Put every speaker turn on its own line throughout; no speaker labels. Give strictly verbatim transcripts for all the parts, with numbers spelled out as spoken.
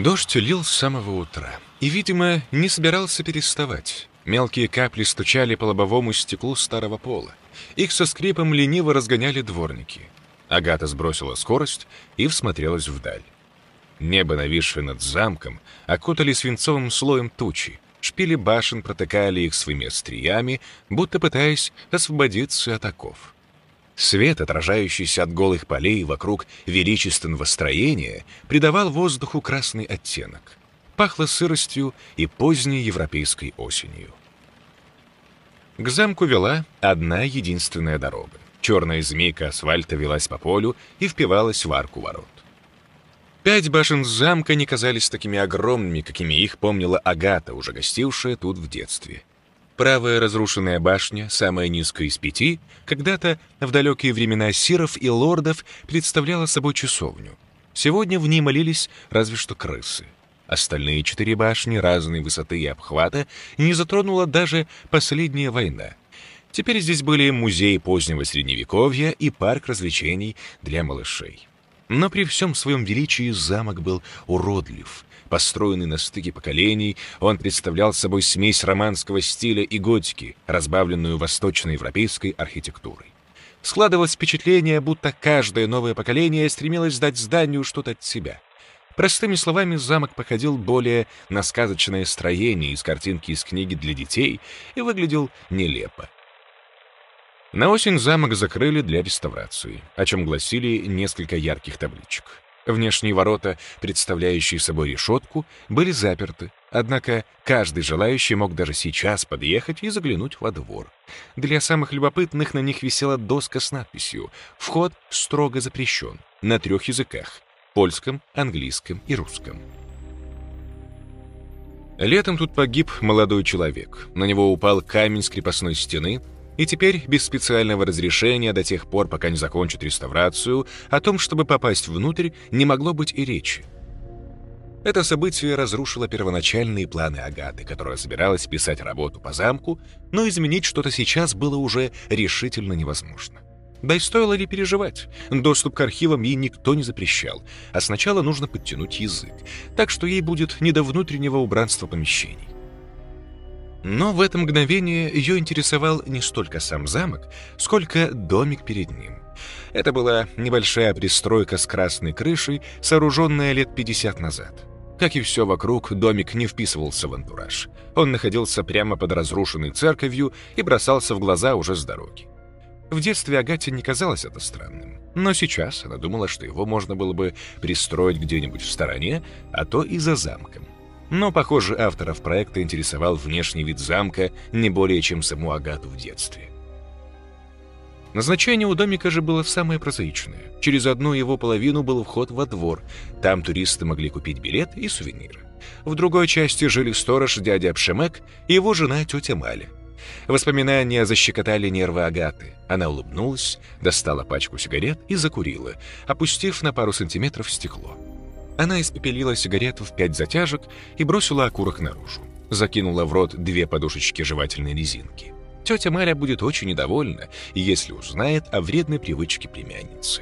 Дождь лил с самого утра и, видимо, не собирался переставать. Мелкие капли стучали по лобовому стеклу старого пола. Их со скрипом лениво разгоняли дворники. Агата сбросила скорость и всмотрелась вдаль. Небо, нависшее над замком, окутали свинцовым слоем тучи. Шпили башен протыкали их своими остриями, будто пытаясь освободиться от оков. Свет, отражающийся от голых полей вокруг величественного строения, придавал воздуху красный оттенок. Пахло сыростью и поздней европейской осенью. К замку вела одна единственная дорога. Черная змейка асфальта велась по полю и впивалась в арку ворот. Пять башен замка не казались такими огромными, какими их помнила Агата, уже гостившая тут в детстве. Правая разрушенная башня, самая низкая из пяти, когда-то в далекие времена сиров и лордов представляла собой часовню. Сегодня в ней молились разве что крысы. Остальные четыре башни разной высоты и обхвата не затронула даже последняя война. Теперь здесь были музей позднего средневековья и парк развлечений для малышей. Но при всем своем величии замок был уродлив. Построенный на стыке поколений, он представлял собой смесь романского стиля и готики, разбавленную восточноевропейской архитектурой. Складывалось впечатление, будто каждое новое поколение стремилось дать зданию что-то от себя. Простыми словами, замок походил более на сказочное строение из картинки из книги для детей и выглядел нелепо. На осень замок закрыли для реставрации, о чем гласили несколько ярких табличек. Внешние ворота, представляющие собой решетку, были заперты, однако каждый желающий мог даже сейчас подъехать и заглянуть во двор. Для самых любопытных на них висела доска с надписью «Вход строго запрещен» на трех языках — польском, английском и русском. Летом тут погиб молодой человек. На него упал камень с крепостной стены, и теперь, без специального разрешения, до тех пор, пока не закончат реставрацию, о том, чтобы попасть внутрь, не могло быть и речи. Это событие разрушило первоначальные планы Агаты, которая собиралась писать работу по замку, но изменить что-то сейчас было уже решительно невозможно. Да и стоило ли переживать? Доступ к архивам ей никто не запрещал, а сначала нужно подтянуть язык, так что ей будет не до внутреннего убранства помещений. Но в это мгновение ее интересовал не столько сам замок, сколько домик перед ним. Это была небольшая пристройка с красной крышей, сооруженная лет пятьдесят назад. Как и все вокруг, домик не вписывался в антураж. Он находился прямо под разрушенной церковью и бросался в глаза уже с дороги. В детстве Агате не казалось это странным, но сейчас она думала, что его можно было бы пристроить где-нибудь в стороне, а то и за замком. Но, похоже, авторов проекта интересовал внешний вид замка не более, чем саму Агату в детстве. Назначение у домика же было самое прозаичное. Через одну его половину был вход во двор. Там туристы могли купить билет и сувениры. В другой части жили сторож дядя Пшемек и его жена тетя Маля. Воспоминания защекотали нервы Агаты. Она улыбнулась, достала пачку сигарет и закурила, опустив на пару сантиметров стекло. Она испепелила сигарету в пять затяжек и бросила окурок наружу. Закинула в рот две подушечки жевательной резинки. Тетя Маля будет очень недовольна, если узнает о вредной привычке племянницы.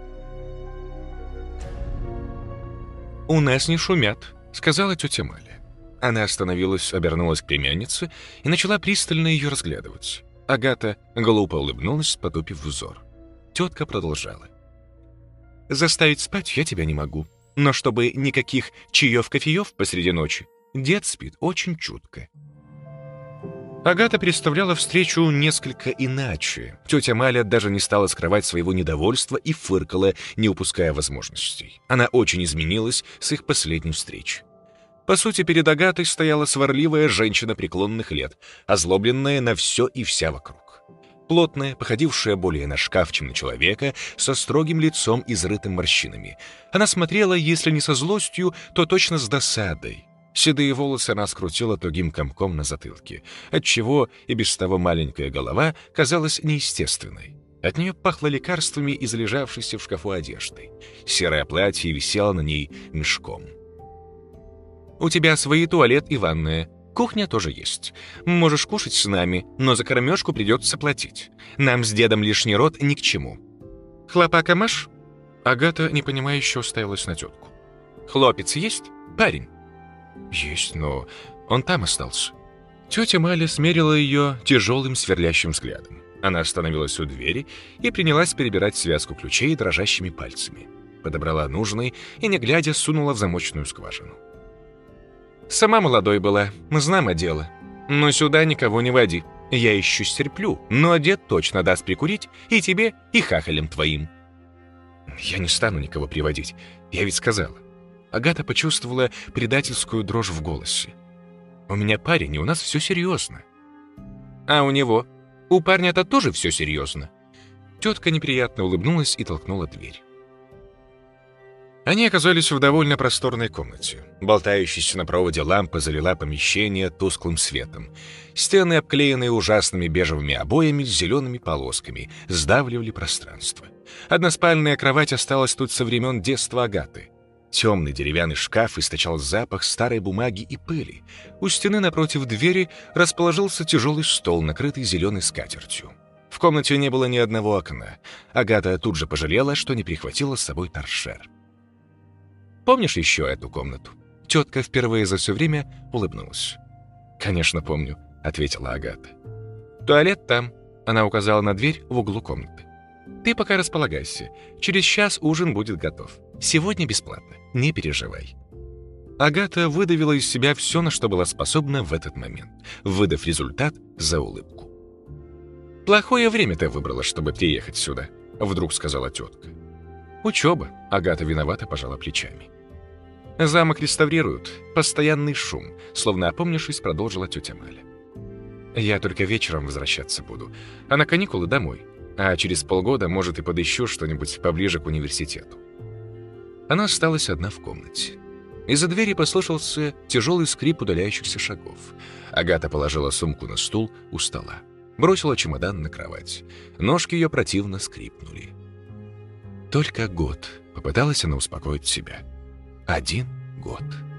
«У нас не шумят», — сказала тетя Маля. Она остановилась, обернулась к племяннице и начала пристально ее разглядывать. Агата глупо улыбнулась, потупив взор. Тетка продолжала. «Заставить спать я тебя не могу. Но чтобы никаких чаев-кофеев посреди ночи, дед спит очень чутко». Агата представляла встречу несколько иначе. Тетя Маля даже не стала скрывать своего недовольства и фыркала, не упуская возможностей. Она очень изменилась с их последней встречи. По сути, перед Агатой стояла сварливая женщина преклонных лет, озлобленная на все и вся вокруг. Плотная, походившая более на шкаф, чем на человека, со строгим лицом, изрытым морщинами. Она смотрела, если не со злостью, то точно с досадой. Седые волосы она скрутила тугим комком на затылке, отчего и без того маленькая голова казалась неестественной. От нее пахло лекарствами и залежавшейся в шкафу одеждой. Серое платье висело на ней мешком. «У тебя свои туалет и ванная. Кухня тоже есть. Можешь кушать с нами, но за кормежку придется платить. Нам с дедом лишний род ни к чему. Хлопака маш?» Агата непонимающе уставилась на тетку. «Хлопец есть?» Парень. Есть, но он там остался. Тетя Маля смерила ее тяжелым сверлящим взглядом. Она остановилась у двери и принялась перебирать связку ключей дрожащими пальцами. Подобрала нужный и, не глядя, сунула в замочную скважину. «Сама молодой была, знамо дело. Но сюда никого не води. Я еще стерплю, но дед точно даст прикурить и тебе, и хахалям твоим». «Я не стану никого приводить, я ведь сказала». Агата почувствовала предательскую дрожь в голосе. «У меня парень, и у нас все серьезно». «А у него? У парня-то тоже все серьезно». Тетка неприятно улыбнулась и толкнула дверь. Они оказались в довольно просторной комнате. Болтающаяся на проводе лампа залила помещение тусклым светом. Стены, обклеенные ужасными бежевыми обоями с зелеными полосками, сдавливали пространство. Односпальная кровать осталась тут со времен детства Агаты. Темный деревянный шкаф источал запах старой бумаги и пыли. У стены напротив двери расположился тяжелый стол, накрытый зеленой скатертью. В комнате не было ни одного окна. Агата тут же пожалела, что не прихватила с собой торшер. «Помнишь еще эту комнату?» Тетка впервые за все время улыбнулась. «Конечно, помню», — ответила Агата. «Туалет там», — она указала на дверь в углу комнаты. «Ты пока располагайся. Через час ужин будет готов. Сегодня бесплатно. Не переживай». Агата выдавила из себя все, на что была способна в этот момент, выдав результат за улыбку. «Плохое время ты выбрала, чтобы приехать сюда», — вдруг сказала тетка. «Учеба», — Агата виновато пожала плечами. «Замок реставрируют. Постоянный шум», — словно опомнившись, продолжила тетя Маля. «Я только вечером возвращаться буду, а на каникулы домой. А через полгода, может, и подыщу что-нибудь поближе к университету». Она осталась одна в комнате. Из-за двери послышался тяжелый скрип удаляющихся шагов. Агата положила сумку на стул у стола. Бросила чемодан на кровать. Ножки ее противно скрипнули. Только год, попыталась она успокоить себя. Один год.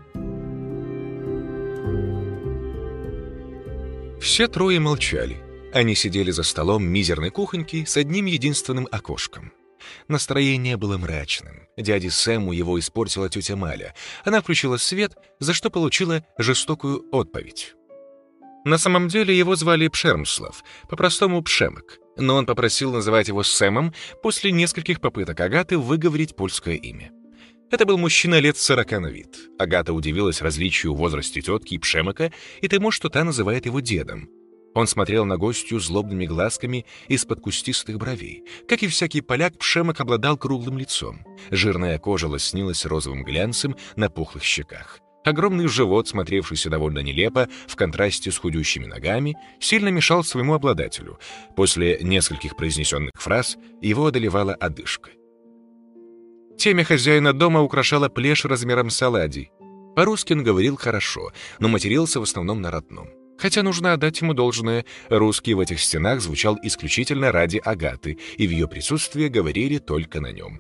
Все трое молчали. Они сидели за столом мизерной кухоньки с одним единственным окошком. Настроение было мрачным. Дяде Сэму его испортила тетя Маля. Она включила свет, за что получила жестокую отповедь. На самом деле его звали Пшермслав, по-простому Пшемок, но он попросил называть его Сэмом после нескольких попыток Агаты выговорить польское имя. Это был мужчина лет сорока на вид. Агата удивилась различию в возрасте тетки и Пшемока и тому, что та называет его дедом. Он смотрел на гостью злобными глазками из-под кустистых бровей. Как и всякий поляк, Пшемок обладал круглым лицом. Жирная кожа лоснилась розовым глянцем на пухлых щеках. Огромный живот, смотревшийся довольно нелепо в контрасте с худющими ногами, сильно мешал своему обладателю. После нескольких произнесенных фраз его одолевала одышка. Темя хозяина дома украшала плешь размером с оладий. По-русски он говорил хорошо, но матерился в основном на родном. Хотя нужно отдать ему должное, русский в этих стенах звучал исключительно ради Агаты, и в ее присутствии говорили только на нем.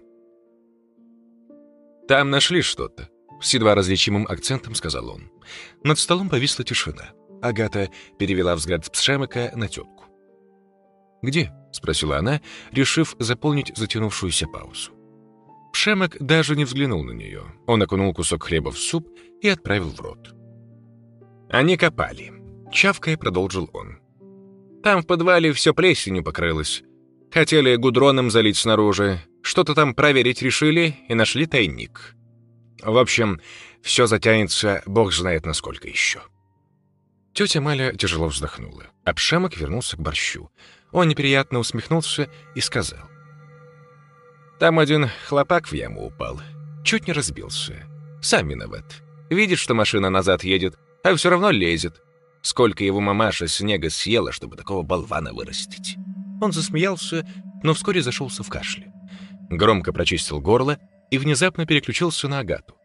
«Там нашли что-то», — с едва различимым акцентом сказал он. Над столом повисла тишина. Агата перевела взгляд с Пшемыка на тетку. «Где?» — спросила она, решив заполнить затянувшуюся паузу. Пшемок даже не взглянул на нее. Он окунул кусок хлеба в суп и отправил в рот. «Они копали», — чавкая продолжил он. «Там в подвале все плесенью покрылось. Хотели гудроном залить снаружи, что-то там проверить решили и нашли тайник. В общем, все затянется, бог знает насколько еще». Тетя Маля тяжело вздохнула, а Пшемок вернулся к борщу. Он неприятно усмехнулся и сказал. «Там один хлопак в яму упал. Чуть не разбился. Сам виноват. Видит, что машина назад едет, а все равно лезет. Сколько его мамаша снега съела, чтобы такого болвана вырастить». Он засмеялся, но вскоре зашелся в кашле. Громко прочистил горло и внезапно переключился на Агату.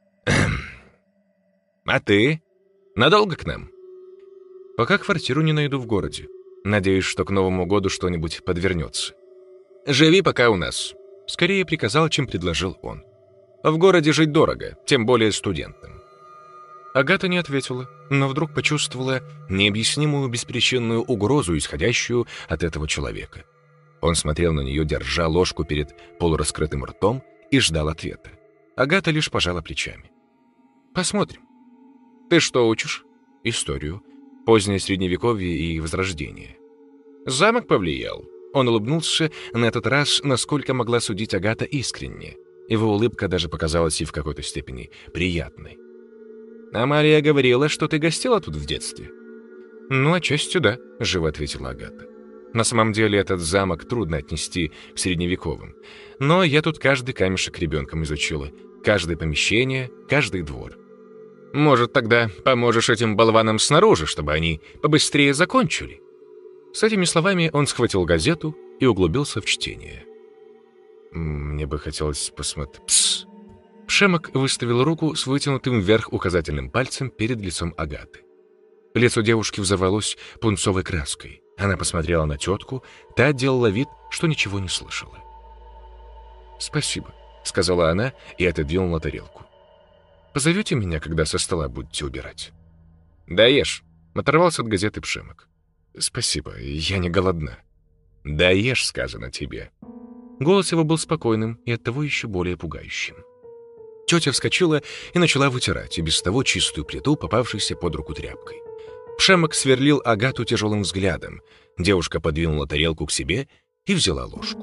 «А ты? Надолго к нам?» «Пока квартиру не найду в городе. Надеюсь, что к Новому году что-нибудь подвернется». «Живи пока у нас», — скорее приказал, чем предложил он. «В городе жить дорого, тем более студентам». Агата не ответила, но вдруг почувствовала необъяснимую беспричинную угрозу, исходящую от этого человека. Он смотрел на нее, держа ложку перед полураскрытым ртом, и ждал ответа. Агата лишь пожала плечами. Посмотрим. Ты что учишь? Историю. Позднее Средневековье и Возрождение. Замок повлиял. Он улыбнулся на этот раз, насколько могла судить Агата, искренне. Его улыбка даже показалась ей в какой-то степени приятной. «Амалия говорила, что ты гостила тут в детстве?» «Ну, отчасти да», — живо ответила Агата. «На самом деле этот замок трудно отнести к средневековым. Но я тут каждый камешек ребенком изучила. Каждое помещение, каждый двор. Может, тогда поможешь этим болванам снаружи, чтобы они побыстрее закончили?» С этими словами он схватил газету и углубился в чтение. «Мне бы хотелось посмотреть...» Пс. Пшемок выставил руку с вытянутым вверх указательным пальцем перед лицом Агаты. Лицо девушки взорвалось пунцовой краской. Она посмотрела на тетку, та делала вид, что ничего не слышала. «Спасибо», — сказала она и отодвинула тарелку. «Позовете меня, когда со стола будете убирать?» «Да ешь», — оторвался от газеты Пшемок. «Спасибо, я не голодна». «Да ешь», — сказано тебе. Голос его был спокойным и оттого еще более пугающим. Тетя вскочила и начала вытирать и без того чистую плиту, попавшейся под руку тряпкой. Пшемок сверлил Агату тяжелым взглядом. Девушка подвинула тарелку к себе и взяла ложку.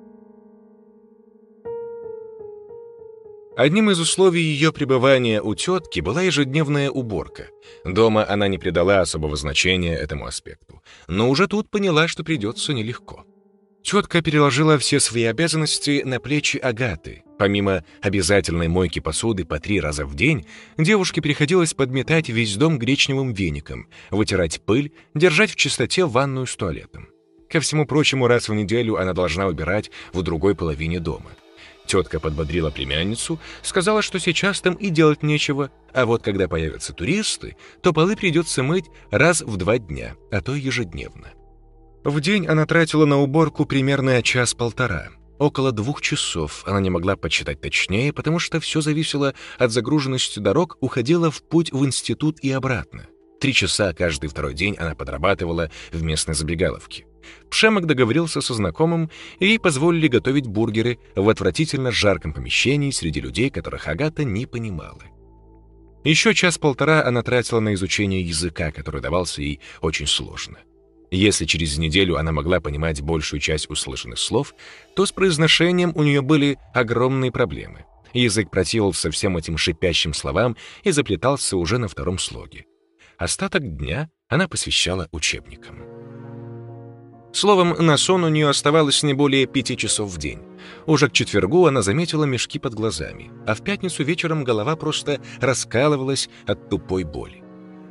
Одним из условий ее пребывания у тетки была ежедневная уборка. Дома она не придала особого значения этому аспекту, но уже тут поняла, что придется нелегко. Тетка переложила все свои обязанности на плечи Агаты. Помимо обязательной мойки посуды по три раза в день, девушке приходилось подметать весь дом гречневым веником, вытирать пыль, держать в чистоте ванную с туалетом. Ко всему прочему, раз в неделю она должна убирать в другой половине дома. Тетка подбодрила племянницу, сказала, что сейчас там и делать нечего, а вот когда появятся туристы, то полы придется мыть раз в два дня, а то и ежедневно. В день она тратила на уборку примерно час-полтора. Около двух часов она не могла подсчитать точнее, потому что все зависело от загруженности дорог, уходила в путь в институт и обратно. Три часа каждый второй день она подрабатывала в местной забегаловке. Пшемок договорился со знакомым, и ей позволили готовить бургеры в отвратительно жарком помещении среди людей, которых Агата не понимала. Еще час-полтора она тратила на изучение языка, который давался ей очень сложно. Если через неделю она могла понимать большую часть услышанных слов, то с произношением у нее были огромные проблемы. Язык противился всем этим шипящим словам и заплетался уже на втором слоге. Остаток дня она посвящала учебникам. Словом, на сон у нее оставалось не более пяти часов в день. Уже к четвергу она заметила мешки под глазами, а в пятницу вечером голова просто раскалывалась от тупой боли.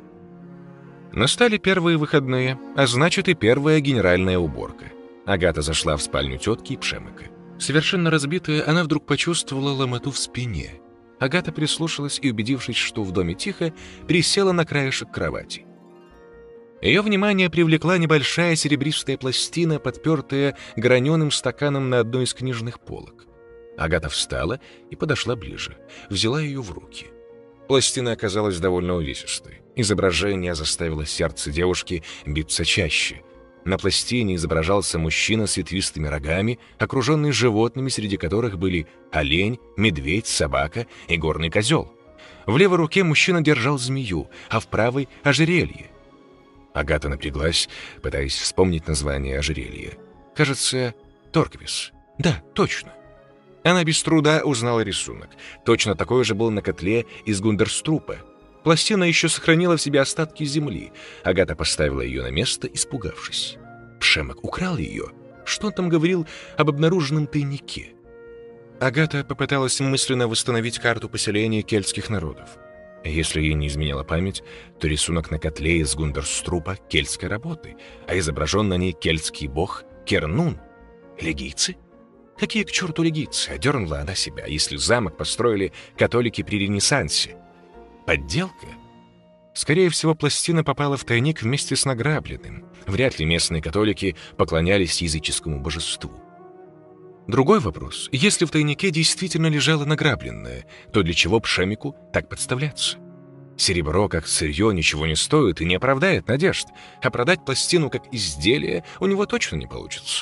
Настали первые выходные, а значит и первая генеральная уборка. Агата зашла в спальню тетки и Пшемыка. Совершенно разбитая, она вдруг почувствовала ломоту в спине. Агата прислушалась и, убедившись, что в доме тихо, присела на краешек кровати. Ее внимание привлекла небольшая серебристая пластина, подпертая граненым стаканом на одной из книжных полок. Агата встала и подошла ближе, взяла ее в руки. Пластина оказалась довольно увесистой. Изображение заставило сердце девушки биться чаще. На пластине изображался мужчина с ветвистыми рогами, окруженный животными, среди которых были олень, медведь, собака и горный козел. В левой руке мужчина держал змею, а в правой — ожерелье. Агата напряглась, пытаясь вспомнить название ожерелья. Кажется, торквис. Да, точно. Она без труда узнала рисунок. Точно такой же был на котле из гундерструпа. Пластина еще сохранила в себе остатки земли. Агата поставила ее на место, испугавшись. Пшемок украл ее. Что он там говорил об обнаруженном тайнике? Агата попыталась мысленно восстановить карту поселения кельтских народов. Если ей не изменяла память, то рисунок на котле из гундерструпа кельтской работы, а изображен на ней кельтский бог Кернун. Легийцы? Какие к черту легийцы? Одернула она себя, если замок построили католики при Ренессансе. Подделка? Скорее всего, пластина попала в тайник вместе с награбленным. Вряд ли местные католики поклонялись языческому божеству. Другой вопрос. Если в тайнике действительно лежало награбленное, то для чего Пшемику так подставляться? Серебро как сырье ничего не стоит и не оправдает надежд, а продать пластину как изделие у него точно не получится.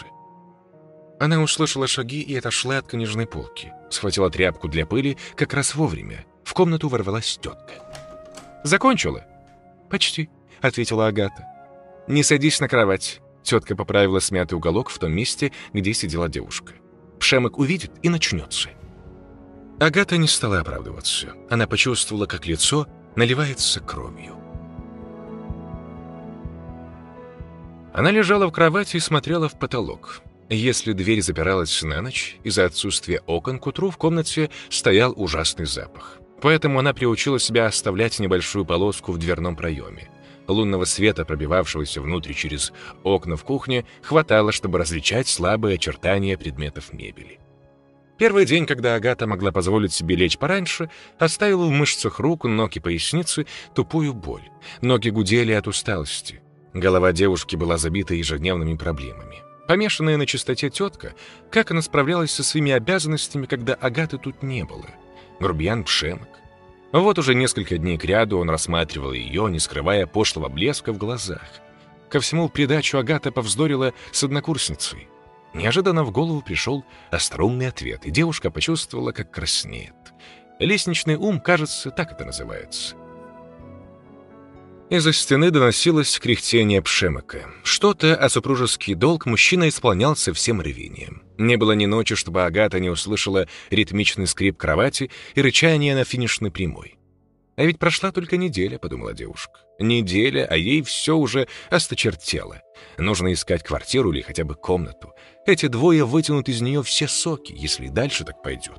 Она услышала шаги и отошла от книжной полки. Схватила тряпку для пыли как раз вовремя. В комнату ворвалась тетка. «Закончила?» «Почти», — ответила Агата. «Не садись на кровать». Тетка поправила смятый уголок в том месте, где сидела девушка. «Пшемок увидит и начнется». Агата не стала оправдываться. Она почувствовала, как лицо наливается кровью. Она лежала в кровати и смотрела в потолок. Если дверь запиралась на ночь, из-за отсутствия окон к утру в комнате стоял ужасный запах. Поэтому она приучила себя оставлять небольшую полоску в дверном проеме. Лунного света, пробивавшегося внутрь через окна в кухне, хватало, чтобы различать слабые очертания предметов мебели. Первый день, когда Агата могла позволить себе лечь пораньше, оставила в мышцах рук, ног и поясницы тупую боль. Ноги гудели от усталости. Голова девушки была забита ежедневными проблемами. Помешанная на чистоте тетка, как она справлялась со своими обязанностями, когда Агаты тут не было? Грубиян Пшемок. Вот уже несколько дней кряду он рассматривал ее, не скрывая пошлого блеска в глазах. Ко всему в придачу Агата повздорила с однокурсницей. Неожиданно в голову пришел остроумный ответ, и девушка почувствовала, как краснеет. Лестничный ум, кажется, так это называется. Из-за стены доносилось кряхтение Пшемока. Что-то, а супружеский долг мужчина исполнял со всем рвением. Не было ни ночи, чтобы Агата не услышала ритмичный скрип кровати и рычание на финишной прямой. «А ведь прошла только неделя», — подумала девушка. «Неделя, а ей все уже осточертело. Нужно искать квартиру или хотя бы комнату. Эти двое вытянут из нее все соки, если и дальше так пойдет».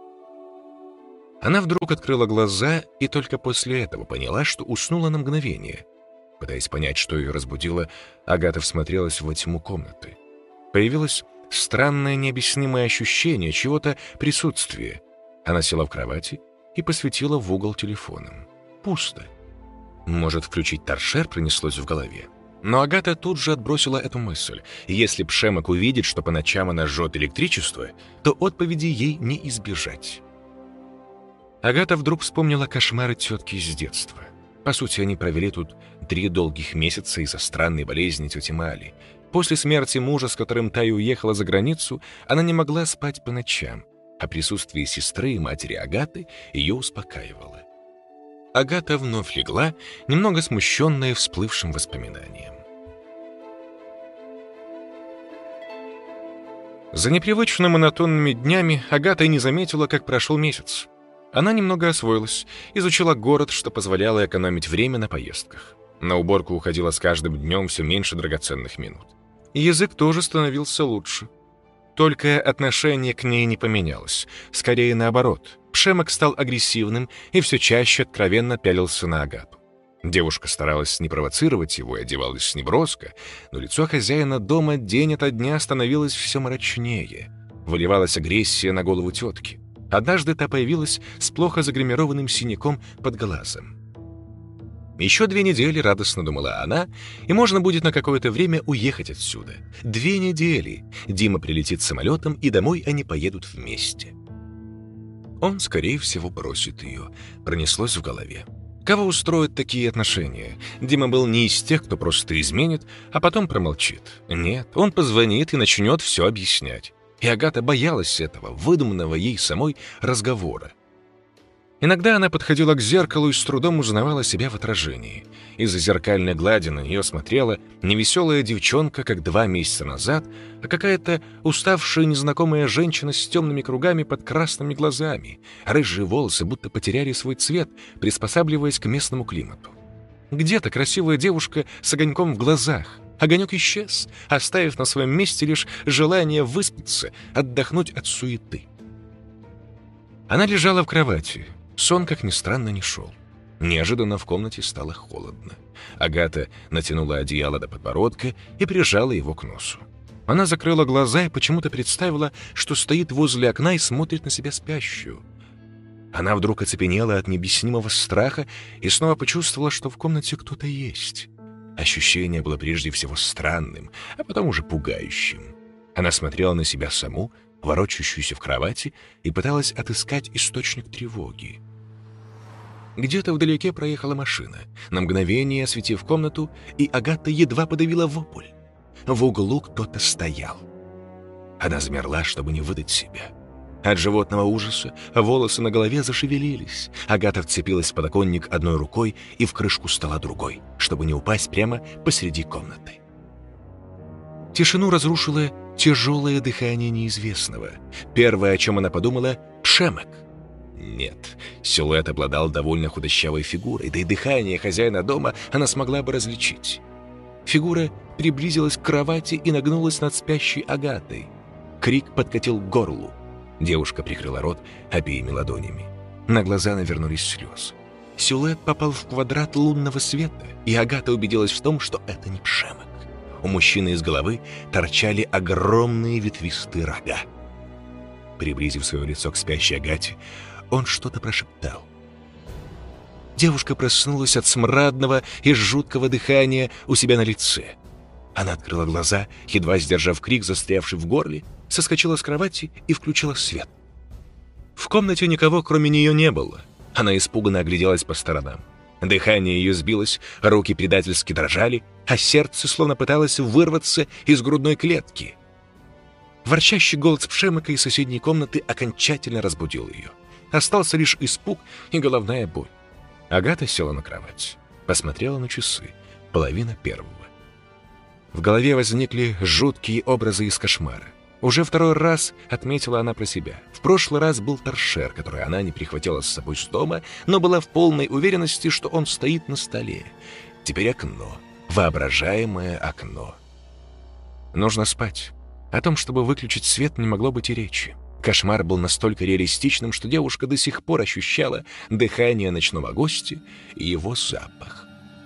Она вдруг открыла глаза и только после этого поняла, что уснула на мгновение. Пытаясь понять, что ее разбудило, Агата всмотрелась во тьму комнаты. Появилось странное необъяснимое ощущение чего-то присутствия. Она села в кровати и посветила в угол телефоном. Пусто. Может, включить торшер, пронеслось в голове. Но Агата тут же отбросила эту мысль. Если Пшемок увидит, что по ночам она жжет электричество, то отповеди ей не избежать. Агата вдруг вспомнила кошмары тетки из детства. По сути, они провели тут три долгих месяца из-за странной болезни тети Мали. После смерти мужа, с которым та и уехала за границу, она не могла спать по ночам, а присутствие сестры и матери Агаты ее успокаивало. Агата вновь легла, немного смущенная всплывшим воспоминанием. За непривычно монотонными днями Агата и не заметила, как прошел месяц. Она немного освоилась, изучила город, что позволяло экономить время на поездках. На уборку уходило с каждым днем все меньше драгоценных минут. Язык тоже становился лучше. Только отношение к ней не поменялось. Скорее наоборот. Пшемок стал агрессивным и все чаще откровенно пялился на Агату. Девушка старалась не провоцировать его и одевалась неброско, но лицо хозяина дома день ото дня становилось все мрачнее. Выливалась агрессия на голову тетки. Однажды та появилась с плохо загримированным синяком под глазом. Еще две недели, радостно думала она, и можно будет на какое-то время уехать отсюда. Две недели. Дима прилетит самолетом, и домой они поедут вместе. Он, скорее всего, бросит ее. Пронеслось в голове. Кого устроят такие отношения? Дима был не из тех, кто просто изменит, а потом промолчит. Нет, он позвонит и начнет все объяснять. И Агата боялась этого, выдуманного ей самой разговора. Иногда она подходила к зеркалу и с трудом узнавала себя в отражении. Из-за зеркальной глади на нее смотрела не веселая девчонка, как два месяца назад, а какая-то уставшая незнакомая женщина с темными кругами под красными глазами. Рыжие волосы будто потеряли свой цвет, приспосабливаясь к местному климату. Где-то красивая девушка с огоньком в глазах. Огонек исчез, оставив на своем месте лишь желание выспаться, отдохнуть от суеты. Она лежала в кровати. Сон, как ни странно, не шел. Неожиданно в комнате стало холодно. Агата натянула одеяло до подбородка и прижала его к носу. Она закрыла глаза и почему-то представила, что стоит возле окна и смотрит на себя спящую. Она вдруг оцепенела от необъяснимого страха и снова почувствовала, что в комнате кто-то есть. Ощущение было прежде всего странным, а потом уже пугающим. Она смотрела на себя саму, ворочающуюся в кровати, и пыталась отыскать источник тревоги. Где-то вдалеке проехала машина, на мгновение осветив комнату, и Агата едва подавила вопль. В углу кто-то стоял. Она замерла, чтобы не выдать себя. От животного ужаса волосы на голове зашевелились. Агата вцепилась в подоконник одной рукой и в крышку стола другой, чтобы не упасть прямо посреди комнаты. Тишину разрушило тяжелое дыхание неизвестного. Первое, о чем она подумала — Пшемек. Нет, силуэт обладал довольно худощавой фигурой, да и дыхание хозяина дома она смогла бы различить. Фигура приблизилась к кровати и нагнулась над спящей Агатой. Крик подкатил к горлу. Девушка прикрыла рот обеими ладонями. На глаза навернулись слезы. Силуэт попал в квадрат лунного света, и Агата убедилась в том, что это не Пшемек. У мужчины из головы торчали огромные ветвистые рога. Приблизив свое лицо к спящей Агате, он что-то прошептал. Девушка проснулась от смрадного и жуткого дыхания у себя на лице. Она открыла глаза, едва сдержав крик, застрявший в горле, соскочила с кровати и включила свет. В комнате никого, кроме нее, не было. Она испуганно огляделась по сторонам. Дыхание ее сбилось, руки предательски дрожали, а сердце словно пыталось вырваться из грудной клетки. Ворчащий голос Пшемека из соседней комнаты окончательно разбудил ее. Остался лишь испуг и головная боль. Агата села на кровать, посмотрела на часы. Половина первого. В голове возникли жуткие образы из кошмара. Уже второй раз отметила она про себя. В прошлый раз был торшер, который она не прихватила с собой с дома, но была в полной уверенности, что он стоит на столе. Теперь окно. Воображаемое окно. Нужно спать. О том, чтобы выключить свет, не могло быть и речи. Кошмар был настолько реалистичным, что девушка до сих пор ощущала дыхание ночного гостя и его запах.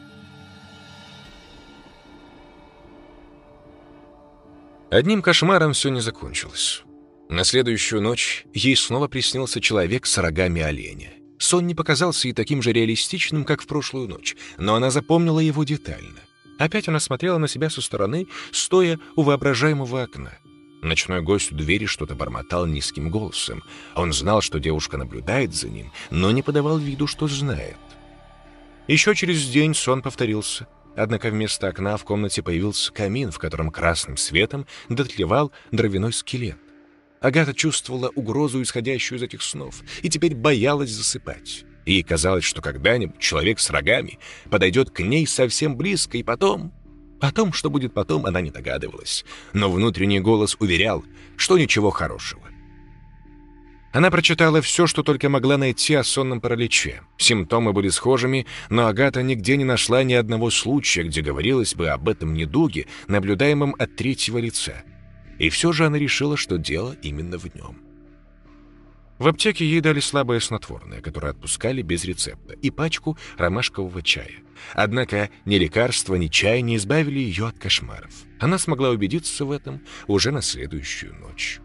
Одним кошмаром все не закончилось. На следующую ночь ей снова приснился человек с рогами оленя. Сон не показался ей таким же реалистичным, как в прошлую ночь, но она запомнила его детально. Опять она смотрела на себя со стороны, стоя у воображаемого окна. Ночной гость у двери что-то бормотал низким голосом. Он знал, что девушка наблюдает за ним, но не подавал виду, что знает. Еще через день сон повторился. Однако вместо окна в комнате появился камин, в котором красным светом дотлевал дровяной скелет. Агата чувствовала угрозу, исходящую из этих снов, и теперь боялась засыпать. Ей казалось, что когда-нибудь человек с рогами подойдет к ней совсем близко, и потом... О том, что будет потом, она не догадывалась, но внутренний голос уверял, что ничего хорошего. Она прочитала все, что только могла найти о сонном параличе. Симптомы были схожими, но Агата нигде не нашла ни одного случая, где говорилось бы об этом недуге, наблюдаемом от третьего лица. И все же она решила, что дело именно в нем. В аптеке ей дали слабое снотворное, которое отпускали без рецепта, и пачку ромашкового чая. Однако ни лекарства, ни чай не избавили ее от кошмаров. Она смогла убедиться в этом уже на следующую ночь.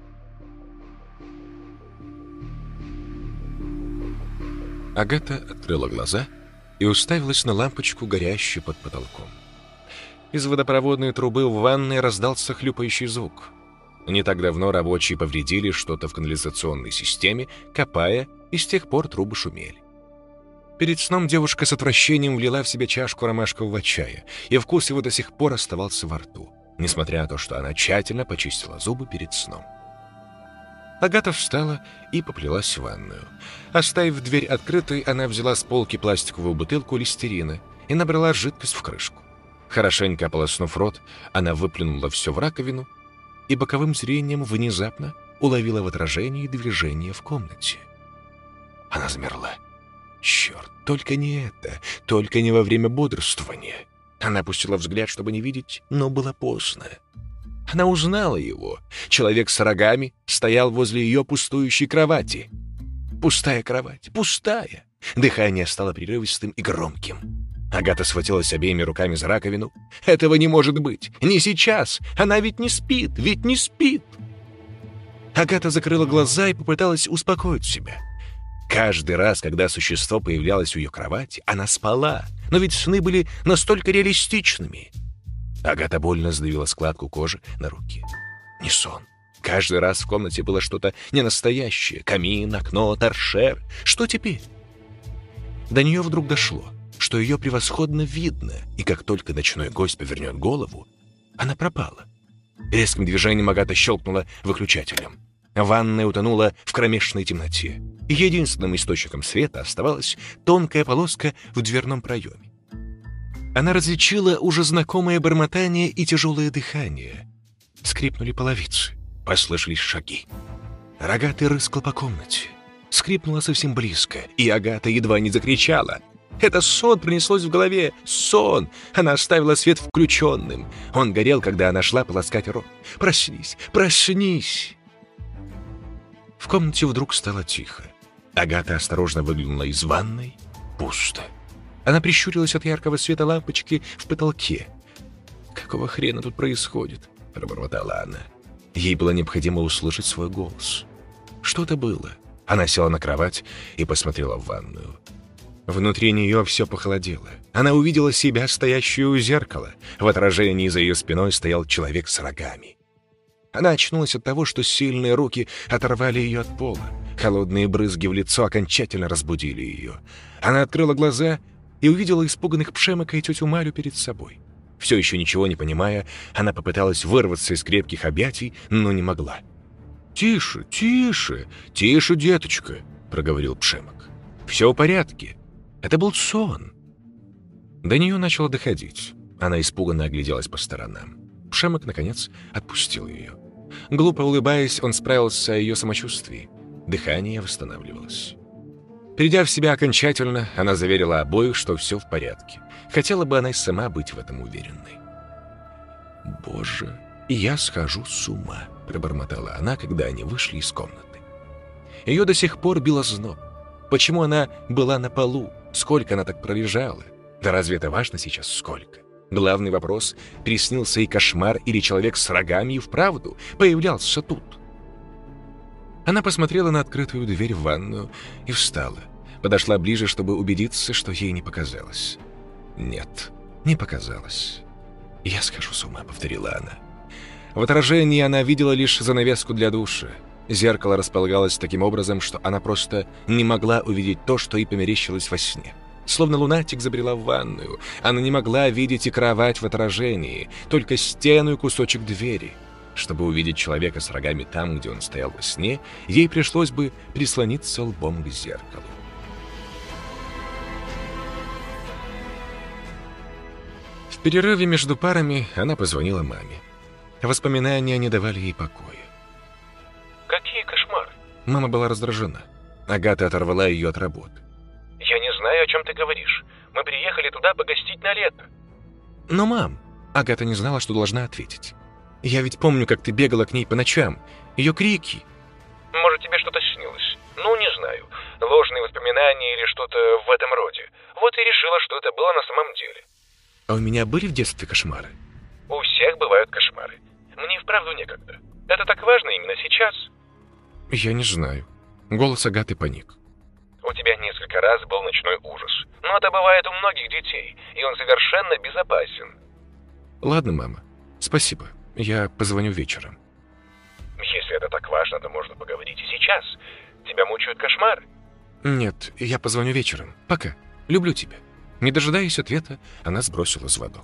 Агата открыла глаза и уставилась на лампочку, горящую под потолком. Из водопроводной трубы в ванной раздался хлюпающий звук. Не так давно рабочие повредили что-то в канализационной системе, копая, и с тех пор трубы шумели. Перед сном девушка с отвращением влила в себя чашку ромашкового чая, и вкус его до сих пор оставался во рту, несмотря на то, что она тщательно почистила зубы перед сном. Агата встала и поплелась в ванную. Оставив дверь открытой, она взяла с полки пластиковую бутылку листерина и набрала жидкость в крышку. Хорошенько ополоснув рот, она выплюнула все в раковину и боковым зрением внезапно уловила в отражении движение в комнате. Она замерла. Черт, только не это, только не во время бодрствования. Она опустила взгляд, чтобы не видеть, но было поздно. Она узнала его. Человек с рогами стоял возле ее пустующей кровати. Пустая кровать, пустая. Дыхание стало прерывистым и громким. Агата схватилась обеими руками за раковину. Этого не может быть. Не сейчас. Она ведь не спит, ведь не спит. Агата закрыла глаза и попыталась успокоить себя. Каждый раз, когда существо появлялось у ее кровати, она спала. Но ведь сны были настолько реалистичными. Агата больно сдавила складку кожи на руке. Не сон. Каждый раз в комнате было что-то ненастоящее. Камин, окно, торшер. Что теперь? До нее вдруг дошло, что ее превосходно видно, и как только ночной гость повернет голову, она пропала. Резким движением Агата щелкнула выключателем. Ванная утонула в кромешной темноте. Единственным источником света оставалась тонкая полоска в дверном проеме. Она различила уже знакомое бормотание и тяжелое дыхание. Скрипнули половицы, послышались шаги. Рогатый рыскал по комнате. Скрипнуло совсем близко, и Агата едва не закричала. Это сон пронеслось в голове. Сон! Она оставила свет включенным. Он горел, когда она шла полоскать рот. «Проснись! Проснись!» В комнате вдруг стало тихо. Агата осторожно выглянула из ванной. Пусто. Она прищурилась от яркого света лампочки в потолке. «Какого хрена тут происходит?» — пробормотала она. Ей было необходимо услышать свой голос. Что это было? Она села на кровать и посмотрела в ванную. Внутри нее все похолодело. Она увидела себя, стоящую у зеркала. В отражении за ее спиной стоял человек с рогами. Она очнулась от того, что сильные руки оторвали ее от пола. Холодные брызги в лицо окончательно разбудили ее. Она открыла глаза и увидела испуганных Пшемока и тетю Марю перед собой. Все еще ничего не понимая, она попыталась вырваться из крепких объятий, но не могла. «Тише, тише, тише, деточка», — проговорил Пшемок. «Все в порядке. Это был сон». До нее начало доходить. Она испуганно огляделась по сторонам. Пшемок, наконец, отпустил ее. Глупо улыбаясь, он справился о ее самочувствии. Дыхание восстанавливалось. Придя в себя окончательно, она заверила обоих, что все в порядке. Хотела бы она и сама быть в этом уверенной. «Боже, я схожу с ума», — пробормотала она, когда они вышли из комнаты. Ее до сих пор било зноб. Почему она была на полу? Сколько она так пролежала? Да разве это важно сейчас сколько? Главный вопрос — приснился ей кошмар или человек с рогами и вправду появлялся тут? Она посмотрела на открытую дверь в ванную и встала. Подошла ближе, чтобы убедиться, что ей не показалось. Нет, не показалось. «Я схожу с ума», — повторила она. В отражении она видела лишь занавеску для душа. Зеркало располагалось таким образом, что она просто не могла увидеть то, что ей померещилось во сне. Словно лунатик забрела в ванную. Она не могла видеть и кровать в отражении, только стену и кусочек двери. Чтобы увидеть человека с рогами там, где он стоял во сне, ей пришлось бы прислониться лбом к зеркалу. В перерыве между парами она позвонила маме. Воспоминания не давали ей покоя.
Какие кошмары?
Мама была раздражена. Агата оторвала ее от работы.
Я не знаю, о чем ты говоришь. Мы приехали туда погостить на лето.
Но, мам, Агата не знала, что должна ответить. Я ведь помню, как ты бегала к ней по ночам. Ее крики.
Может, тебе что-то снилось? Ну, не знаю. Ложные воспоминания или что-то в этом роде. Вот и решила, что это было на самом деле.
А у меня были в детстве кошмары?
У всех бывают кошмары. Мне и вправду некогда. Это так важно именно сейчас.
Я не знаю. Голос Агаты паник.
У тебя несколько раз был ночной ужас. Но это бывает у многих детей, и он совершенно безопасен.
Ладно, мама. Спасибо. Я позвоню вечером.
Если это так важно, то можно поговорить и сейчас. Тебя мучают кошмары?
Нет, я позвоню вечером. Пока. Люблю тебя. Не дожидаясь ответа, она сбросила звонок.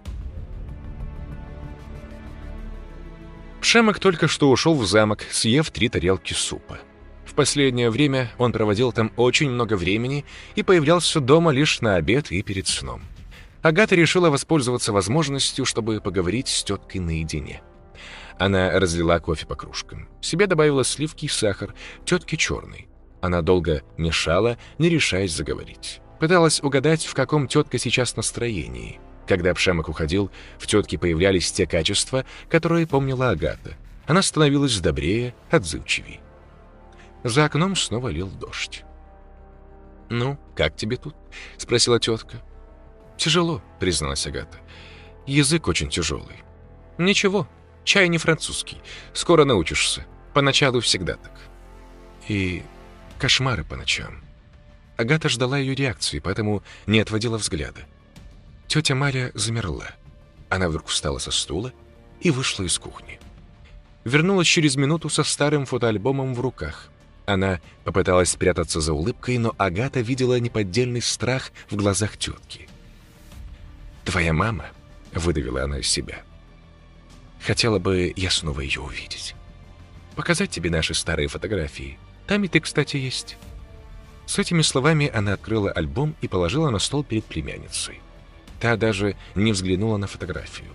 Пшемок только что ушел в замок, съев три тарелки супа. В последнее время он проводил там очень много времени и появлялся дома лишь на обед и перед сном. Агата решила воспользоваться возможностью, чтобы поговорить с теткой наедине. Она разлила кофе по кружкам. Себе добавила сливки и сахар, тетке черный. Она долго мешала, не решаясь заговорить. Пыталась угадать, в каком тетка сейчас настроении. Когда Пшемок уходил, в тетке появлялись те качества, которые помнила Агата. Она становилась добрее, отзывчивей. За окном снова лил дождь. «Ну, как тебе тут?» — спросила тетка. «Тяжело», — призналась Агата. «Язык очень тяжелый». «Ничего, чай не французский. Скоро научишься. Поначалу всегда так». «И кошмары по ночам». Агата ждала ее реакции, поэтому не отводила взгляда. Тетя Марья замерла. Она вдруг встала со стула и вышла из кухни. Вернулась через минуту со старым фотоальбомом в руках. Она попыталась спрятаться за улыбкой, но Агата видела неподдельный страх в глазах тетки. «Твоя мама», — выдавила она из себя. «Хотела бы я снова ее увидеть». показать тебе наши старые фотографии. Там и ты, кстати, есть». С этими словами она открыла альбом и положила на стол перед племянницей. Та даже не взглянула на фотографию.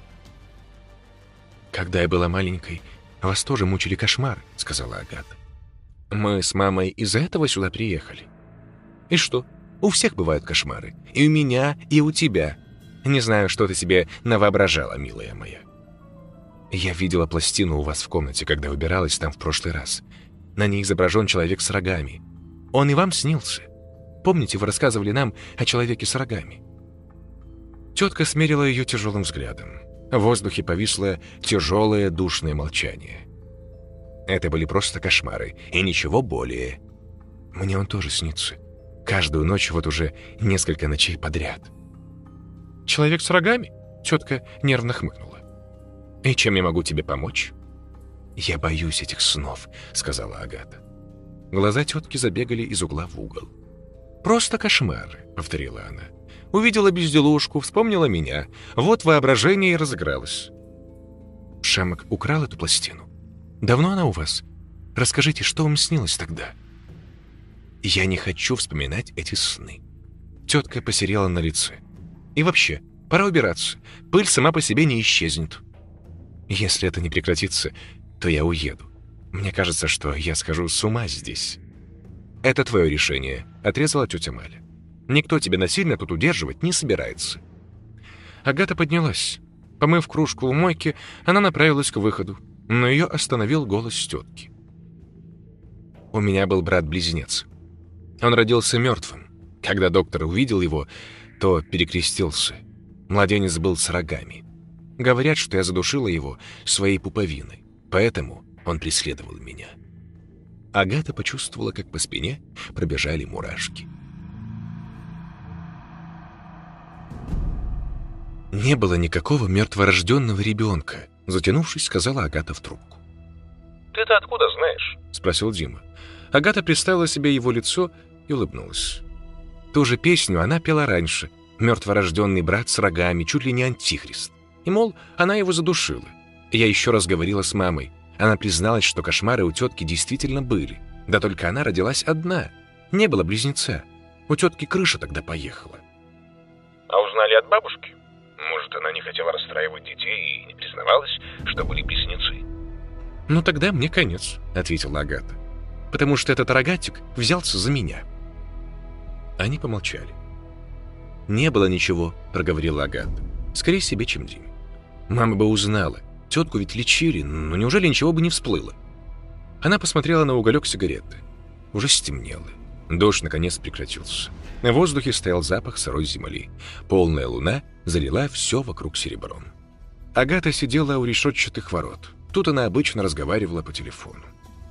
«Когда я была маленькой, вас тоже мучили кошмары», — сказала Агата. «Мы с мамой из-за этого сюда приехали». «И что? У всех бывают кошмары. И у меня, и у тебя. Не знаю, что ты себе навоображала, милая моя». «Я видела пластину у вас в комнате, когда убиралась там в прошлый раз. На ней изображен человек с рогами. Он и вам снился. Помните, вы рассказывали нам о человеке с рогами?» Тетка смерила ее тяжелым взглядом. В воздухе повисло тяжелое душное молчание. Это были просто кошмары, и ничего более. Мне он тоже снится. Каждую ночь, вот уже несколько ночей подряд. «Человек с рогами?» Тетка нервно хмыкнула. «И чем я могу тебе помочь?» «Я боюсь этих снов», — сказала Агата. Глаза тетки забегали из угла в угол. «Просто кошмары», — повторила она. «Увидела безделушку, вспомнила меня. Вот воображение и разыгралось». «Шемок украл эту пластину? Давно она у вас? Расскажите, что вам снилось тогда?» «Я не хочу вспоминать эти сны». Тетка посерела на лице. «И вообще, пора убираться. Пыль сама по себе не исчезнет. Если это не прекратится, то я уеду. Мне кажется, что я схожу с ума здесь». «Это твое решение», — отрезала тетя Маля. «Никто тебя насильно тут удерживать не собирается». Агата поднялась. Помыв кружку у мойки, она направилась к выходу, но ее остановил голос тетки. «У меня был брат-близнец. Он родился мертвым. Когда доктор увидел его, то перекрестился. Младенец был с рогами. Говорят, что я задушила его своей пуповиной, поэтому он преследовал меня». Агата почувствовала, как по спине пробежали мурашки. «Не было никакого мертворожденного ребенка», — затянувшись, сказала Агата в трубку.
«Ты-то откуда знаешь?»
— спросил Дима. Агата представила себе его лицо и улыбнулась. Ту же песню она пела раньше. «Мертворожденный брат с рогами, чуть ли не антихрист». И, мол, она его задушила. Я еще раз говорила с мамой. Она призналась, что кошмары у тетки действительно были. Да только она родилась одна. Не было близнеца. У тетки крыша тогда поехала.
«А узнали от бабушки? Может, она не хотела расстраивать детей и не признавалась, что были близнецы?»
«Ну тогда мне конец», — ответила Агата. «Потому что этот рогатик взялся за меня». Они помолчали. «Не было ничего», — проговорила Агата. «Скорее себе, чем Диме. Мама бы узнала. Тетку ведь лечили, но неужели ничего бы не всплыло?» Она посмотрела на уголек сигареты. Уже стемнело. Дождь наконец прекратился. В воздухе стоял запах сырой земли. Полная луна залила все вокруг серебром. Агата сидела у решетчатых ворот. Тут она обычно разговаривала по телефону.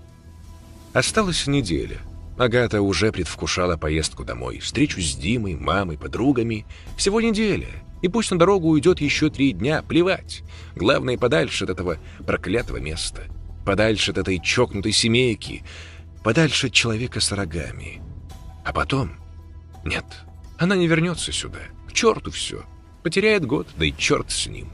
Осталась неделя. Агата уже предвкушала поездку домой, встречу с Димой, мамой, подругами. Всего неделя. И пусть на дорогу уйдет еще три дня, плевать. Главное, подальше от этого проклятого места. Подальше от этой чокнутой семейки. Подальше от человека с рогами. А потом... Нет, она не вернется сюда. К черту все. Потеряет год, да и черт с ним.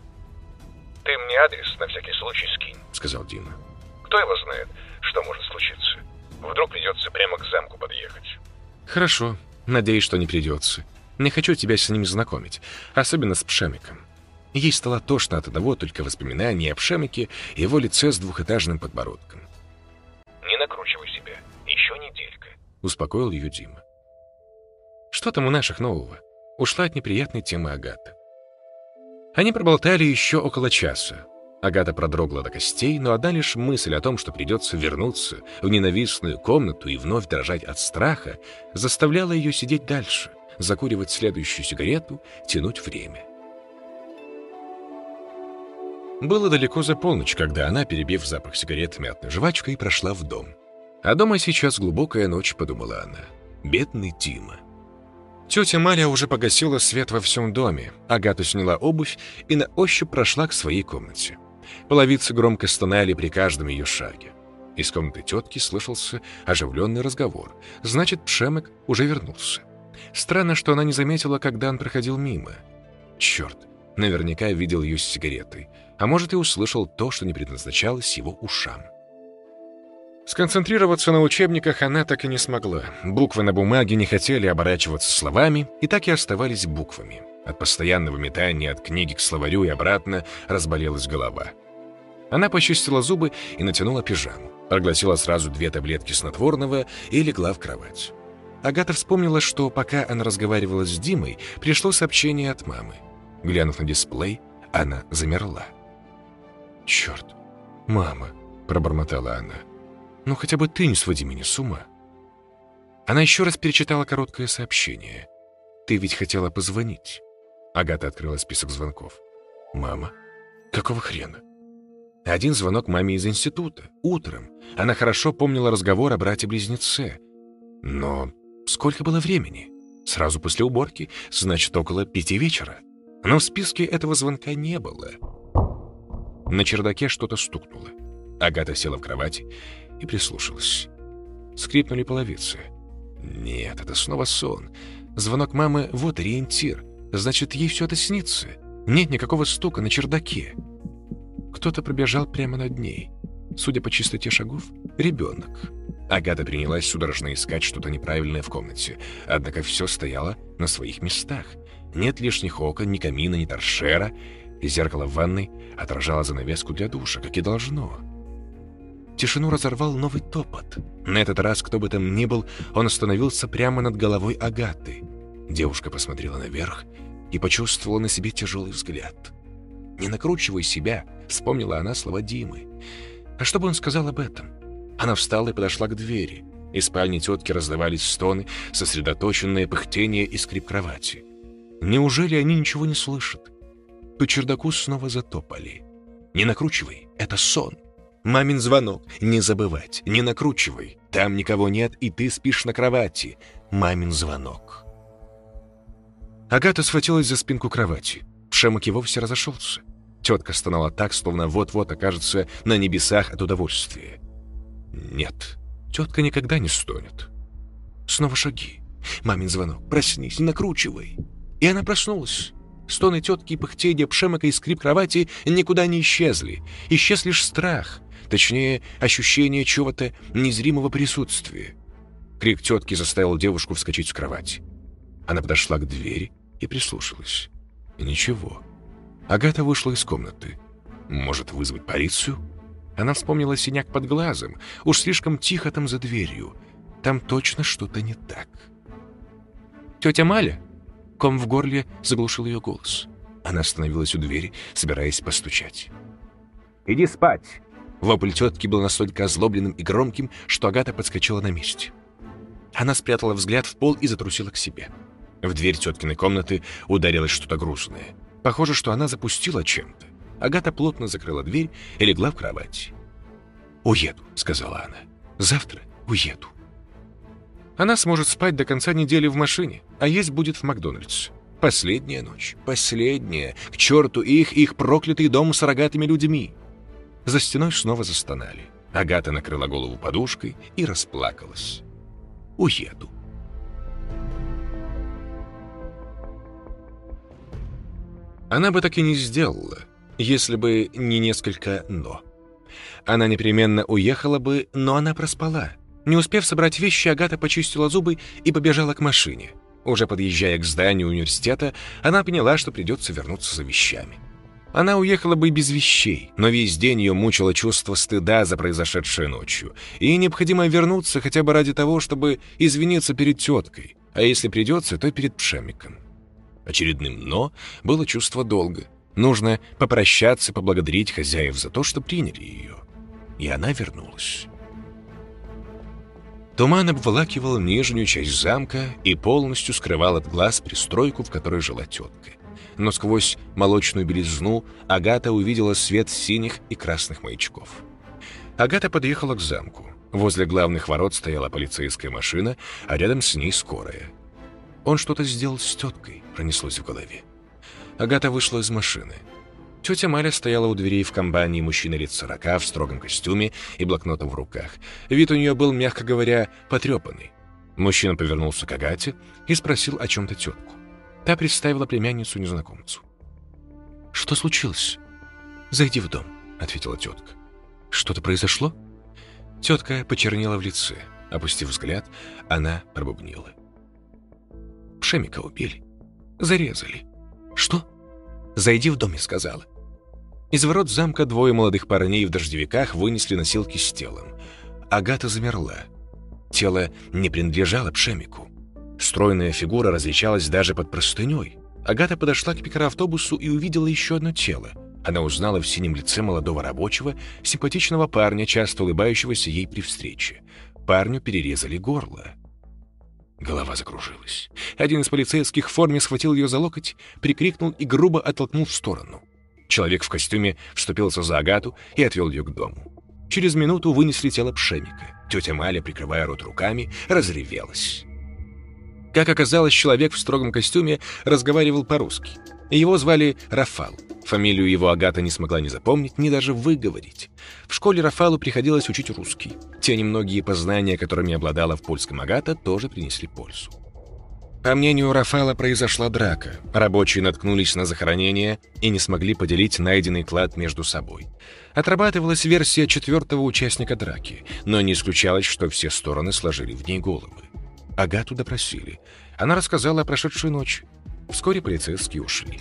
«Ты мне адрес на всякий случай скинь», —
сказал Дима.
«Кто его знает, что может случиться? Вдруг придется прямо к замку подъехать».
«Хорошо. Надеюсь, что не придется. Не хочу тебя с ним знакомить, особенно с Пшемиком. Ей стало тошно от одного только воспоминания о Пшемике и его лице с двухэтажным подбородком.
«Не накручивай себя. Еще неделька»,
— успокоил ее Дима. «Что там у наших нового?» Ушла от неприятной темы Агата. Они проболтали еще около часа. Агата продрогла до костей, но одна лишь мысль о том, что придется вернуться в ненавистную комнату и вновь дрожать от страха, заставляла ее сидеть дальше, закуривать следующую сигарету, тянуть время. Было далеко за полночь, когда она, перебив запах сигарет мятной жвачкой, прошла в дом. А дома сейчас глубокая ночь, подумала она. Бедный Дима. Тетя Маля уже погасила свет во всем доме. Агата сняла обувь и на ощупь прошла к своей комнате. Половицы громко стонали при каждом ее шаге. Из комнаты тетки слышался оживленный разговор. Значит, Пшемек уже вернулся. Странно, что она не заметила, когда он проходил мимо. Черт, наверняка видел ее с сигаретой. А может, и услышал то, что не предназначалось его ушам. Сконцентрироваться на учебниках она так и не смогла. Буквы на бумаге не хотели оборачиваться словами и так и оставались буквами. От постоянного метания от книги к словарю и обратно разболелась голова. Она почистила зубы и натянула пижаму, проглотила сразу две таблетки снотворного и легла в кровать. Агата вспомнила, что пока она разговаривала с Димой, пришло сообщение от мамы. Глянув на дисплей, она замерла. «Черт, мама!» — пробормотала она. «Ну хотя бы ты не своди меня с ума». Она еще раз перечитала короткое сообщение. «Ты ведь хотела позвонить». Агата открыла список звонков. «Мама? Какого хрена?» Один звонок маме из института. Утром. Она хорошо помнила разговор о брате-близнеце. Но сколько было времени? Сразу после уборки, значит, около пяти вечера. Но в списке этого звонка не было. На чердаке что-то стукнуло. Агата села в кровати и прислушалась. Скрипнули половицы. Нет, это снова сон. Звонок мамы — вот ориентир. Значит, ей все это снится. Нет никакого стука на чердаке. Кто-то пробежал прямо над ней. Судя по чистоте шагов, ребенок. Агата принялась судорожно искать что-то неправильное в комнате. Однако все стояло на своих местах. Нет лишних окон, ни камина, ни торшера. И зеркало в ванной отражало занавеску для душа, как и должно. Тишину разорвал новый топот. На этот раз, кто бы там ни был, он остановился прямо над головой Агаты. Девушка посмотрела наверх и почувствовала на себе тяжелый взгляд. «Не накручивай себя», — вспомнила она слова Димы. А что бы он сказал об этом? Она встала и подошла к двери. Из спальни тетки раздавались стоны, сосредоточенное пыхтение и скрип кровати. Неужели они ничего не слышат? По чердаку снова затопали. «Не накручивай, это сон». Мамин звонок. Не забывать, не накручивай. Там никого нет, и ты спишь на кровати. Мамин звонок. Агата схватилась за спинку кровати. Шемок и вовсе разошелся. Тетка стонала так, словно вот-вот окажется на небесах от удовольствия. Нет, тетка никогда не стонет. Снова шаги. Мамин звонок. Проснись, не накручивай. И она проснулась. Стоны тетки, пыхтение Пшемока и скрип кровати никуда не исчезли. Исчез лишь страх. Точнее, ощущение чего-то незримого присутствия. Крик тетки заставил девушку вскочить с кровати. Она подошла к двери и прислушалась. И ничего. Агата вышла из комнаты. Может, вызвать полицию? Она вспомнила синяк под глазом. Уж слишком тихо там за дверью. Там точно что-то не так. «Тетя Маля?» Ком в горле заглушил ее голос. Она остановилась у двери, собираясь постучать. «Иди спать!» Вопль тетки был настолько озлобленным и громким, что Агата подскочила на месте. Она спрятала взгляд в пол и затрусила к себе. В дверь теткиной комнаты ударилось что-то грустное. Похоже, что она запустила чем-то. Агата плотно закрыла дверь и легла в кровать. «Уеду», — сказала она. «Завтра уеду». Она сможет спать до конца недели в машине, а есть будет в Макдональдс. Последняя ночь. Последняя. К черту их, их проклятый дом с рогатыми людьми. За стеной снова застонали. Агата накрыла голову подушкой и расплакалась. «Уеду». Она бы так и не сделала, если бы не несколько «но». Она непременно уехала бы, но она проспала. Не успев собрать вещи, Агата почистила зубы и побежала к машине. Уже подъезжая к зданию университета, она поняла, что придется вернуться за вещами. Она уехала бы без вещей, но весь день ее мучило чувство стыда за произошедшее ночью. И необходимо вернуться хотя бы ради того, чтобы извиниться перед теткой, а если придется, то перед Пшемиком. Очередным «но» было чувство долга. Нужно попрощаться, поблагодарить хозяев за то, что приняли ее. И она вернулась. Туман обволакивал нижнюю часть замка и полностью скрывал от глаз пристройку, в которой жила тетка. Но сквозь молочную белизну Агата увидела свет синих и красных маячков. Агата подъехала к замку. Возле главных ворот стояла полицейская машина, а рядом с ней скорая. Он что-то сделал с теткой, пронеслось в голове. Агата вышла из машины. Тетя Маля стояла у дверей в компании мужчины лет сорока в строгом костюме и блокнотом в руках. Вид у нее был, мягко говоря, потрепанный. Мужчина повернулся к Агате и спросил о чем-то тетку. Та представила племянницу незнакомцу. «Что случилось?» «Зайди в дом», — ответила тетка. «Что-то произошло?» Тетка почернела в лице. Опустив взгляд, она пробубнила: «Пшемика убили. Зарезали». «Что?» «Зайди в дом», я сказала. Из ворот замка двое молодых парней в дождевиках вынесли носилки с телом. Агата замерла. Тело не принадлежало Пшемику. Стройная фигура различалась даже под простыней. Агата подошла к микроавтобусу и увидела еще одно тело. Она узнала в синем лице молодого рабочего, симпатичного парня, часто улыбающегося ей при встрече. Парню перерезали горло. Голова закружилась. Один из полицейских в форме схватил ее за локоть, прикрикнул и грубо оттолкнул в сторону. Человек в костюме вступился за Агату и отвел ее к дому. Через минуту вынесли тело Пшемика. Тетя Маля, прикрывая рот руками, разревелась. Как оказалось, человек в строгом костюме разговаривал по-русски. Его звали Рафал. Фамилию его Агата не смогла ни запомнить, ни даже выговорить. В школе Рафалу приходилось учить русский. Те немногие познания, которыми обладала в польском Агата, тоже принесли пользу. По мнению Рафала, произошла драка. Рабочие наткнулись на захоронение и не смогли поделить найденный клад между собой. Отрабатывалась версия четвертого участника драки, но не исключалось, что все стороны сложили в ней головы. Агату допросили. Она рассказала о прошедшей ночи. Вскоре полицейские ушли.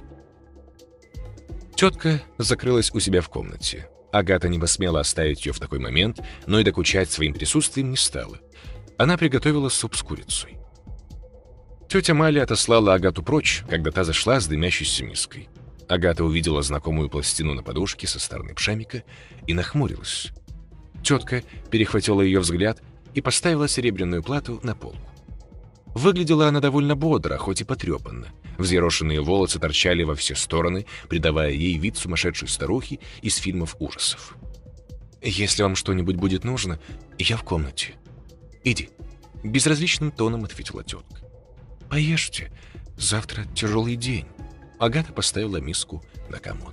Тетка закрылась у себя в комнате. Агата не посмела оставить ее в такой момент, но и докучать своим присутствием не стала. Она приготовила суп с курицей. Тетя Маля отослала Агату прочь, когда та зашла с дымящейся миской. Агата увидела знакомую пластину на подушке со стороны Пшемика и нахмурилась. Тетка перехватила ее взгляд и поставила серебряную плату на полку. Выглядела она довольно бодро, хоть и потрепанно. Взъерошенные волосы торчали во все стороны, придавая ей вид сумасшедшей старухи из фильмов ужасов. «Если вам что-нибудь будет нужно, я в комнате. Иди», — безразличным тоном ответила тетка. «Поешьте, завтра тяжелый день». Агата поставила миску на комод.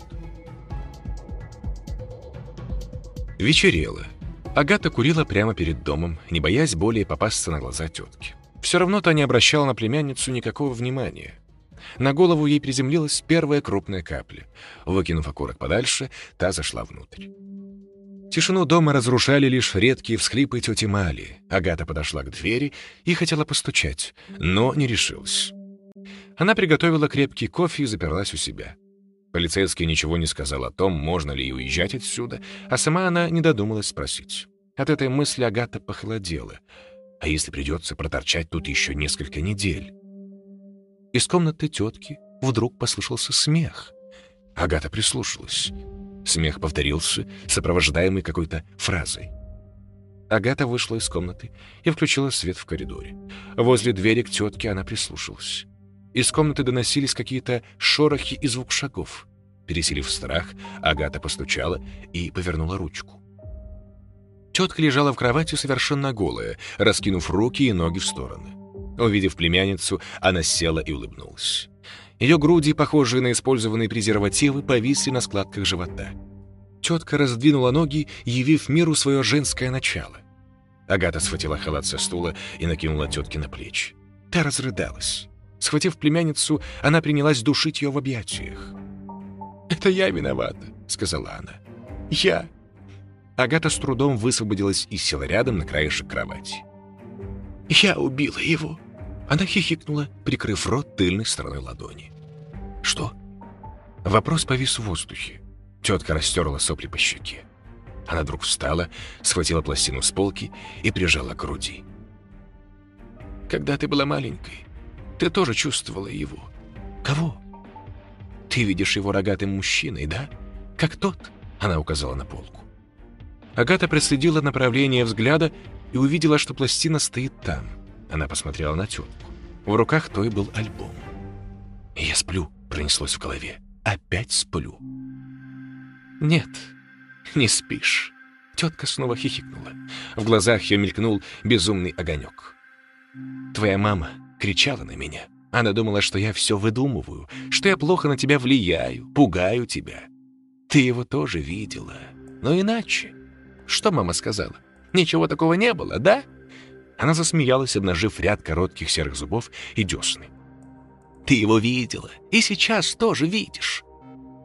Вечерело. Агата курила прямо перед домом, не боясь более попасться на глаза тетки. Все равно та не обращала на племянницу никакого внимания. На голову ей приземлилась первая крупная капля. Выкинув окурок подальше, та зашла внутрь. Тишину дома разрушали лишь редкие всхлипы тети Мали. Агата подошла к двери и хотела постучать, но не решилась. Она приготовила крепкий кофе и заперлась у себя. Полицейский ничего не сказал о том, можно ли ей уезжать отсюда, а сама она не додумалась спросить. От этой мысли Агата похолодела. А если придется проторчать тут еще несколько недель? Из комнаты тетки вдруг послышался смех. Агата прислушалась. Смех повторился, сопровождаемый какой-то фразой. Агата вышла из комнаты и включила свет в коридоре. Возле двери к тетке она прислушалась. Из комнаты доносились какие-то шорохи и звук шагов. Пересилив страх, Агата постучала и повернула ручку. Тетка лежала в кровати совершенно голая, раскинув руки и ноги в стороны. Увидев племянницу, она села и улыбнулась. Ее груди, похожие на использованные презервативы, повисли на складках живота. Тетка раздвинула ноги, явив миру свое женское начало. Агата схватила халат со стула и накинула тетке на плечи. Та разрыдалась. Схватив племянницу, она принялась душить ее в объятиях. «Это я виновата», — сказала она. «Я». Агата с трудом высвободилась и села рядом на краешек кровати. «Я убила его!» Она хихикнула, прикрыв рот тыльной стороной ладони. «Что?» Вопрос повис в воздухе. Тетка растерла сопли по щеке. Она вдруг встала, схватила пластину с полки и прижала к груди. «Когда ты была маленькой, ты тоже чувствовала его». «Кого?» «Ты видишь его рогатым мужчиной, да? Как тот?» Она указала на полку. Агата проследила направление взгляда и увидела, что пластина стоит там. Она посмотрела на тетку. В руках той был альбом. «Я сплю», — пронеслось в голове. «Опять сплю». «Нет, не спишь». Тетка снова хихикнула. В глазах ее мелькнул безумный огонек. «Твоя мама кричала на меня. Она думала, что я все выдумываю, что я плохо на тебя влияю, пугаю тебя. Ты его тоже видела, но иначе». «Что мама сказала? Ничего такого не было, да?» Она засмеялась, обнажив ряд коротких серых зубов и десны. «Ты его видела, и сейчас тоже видишь».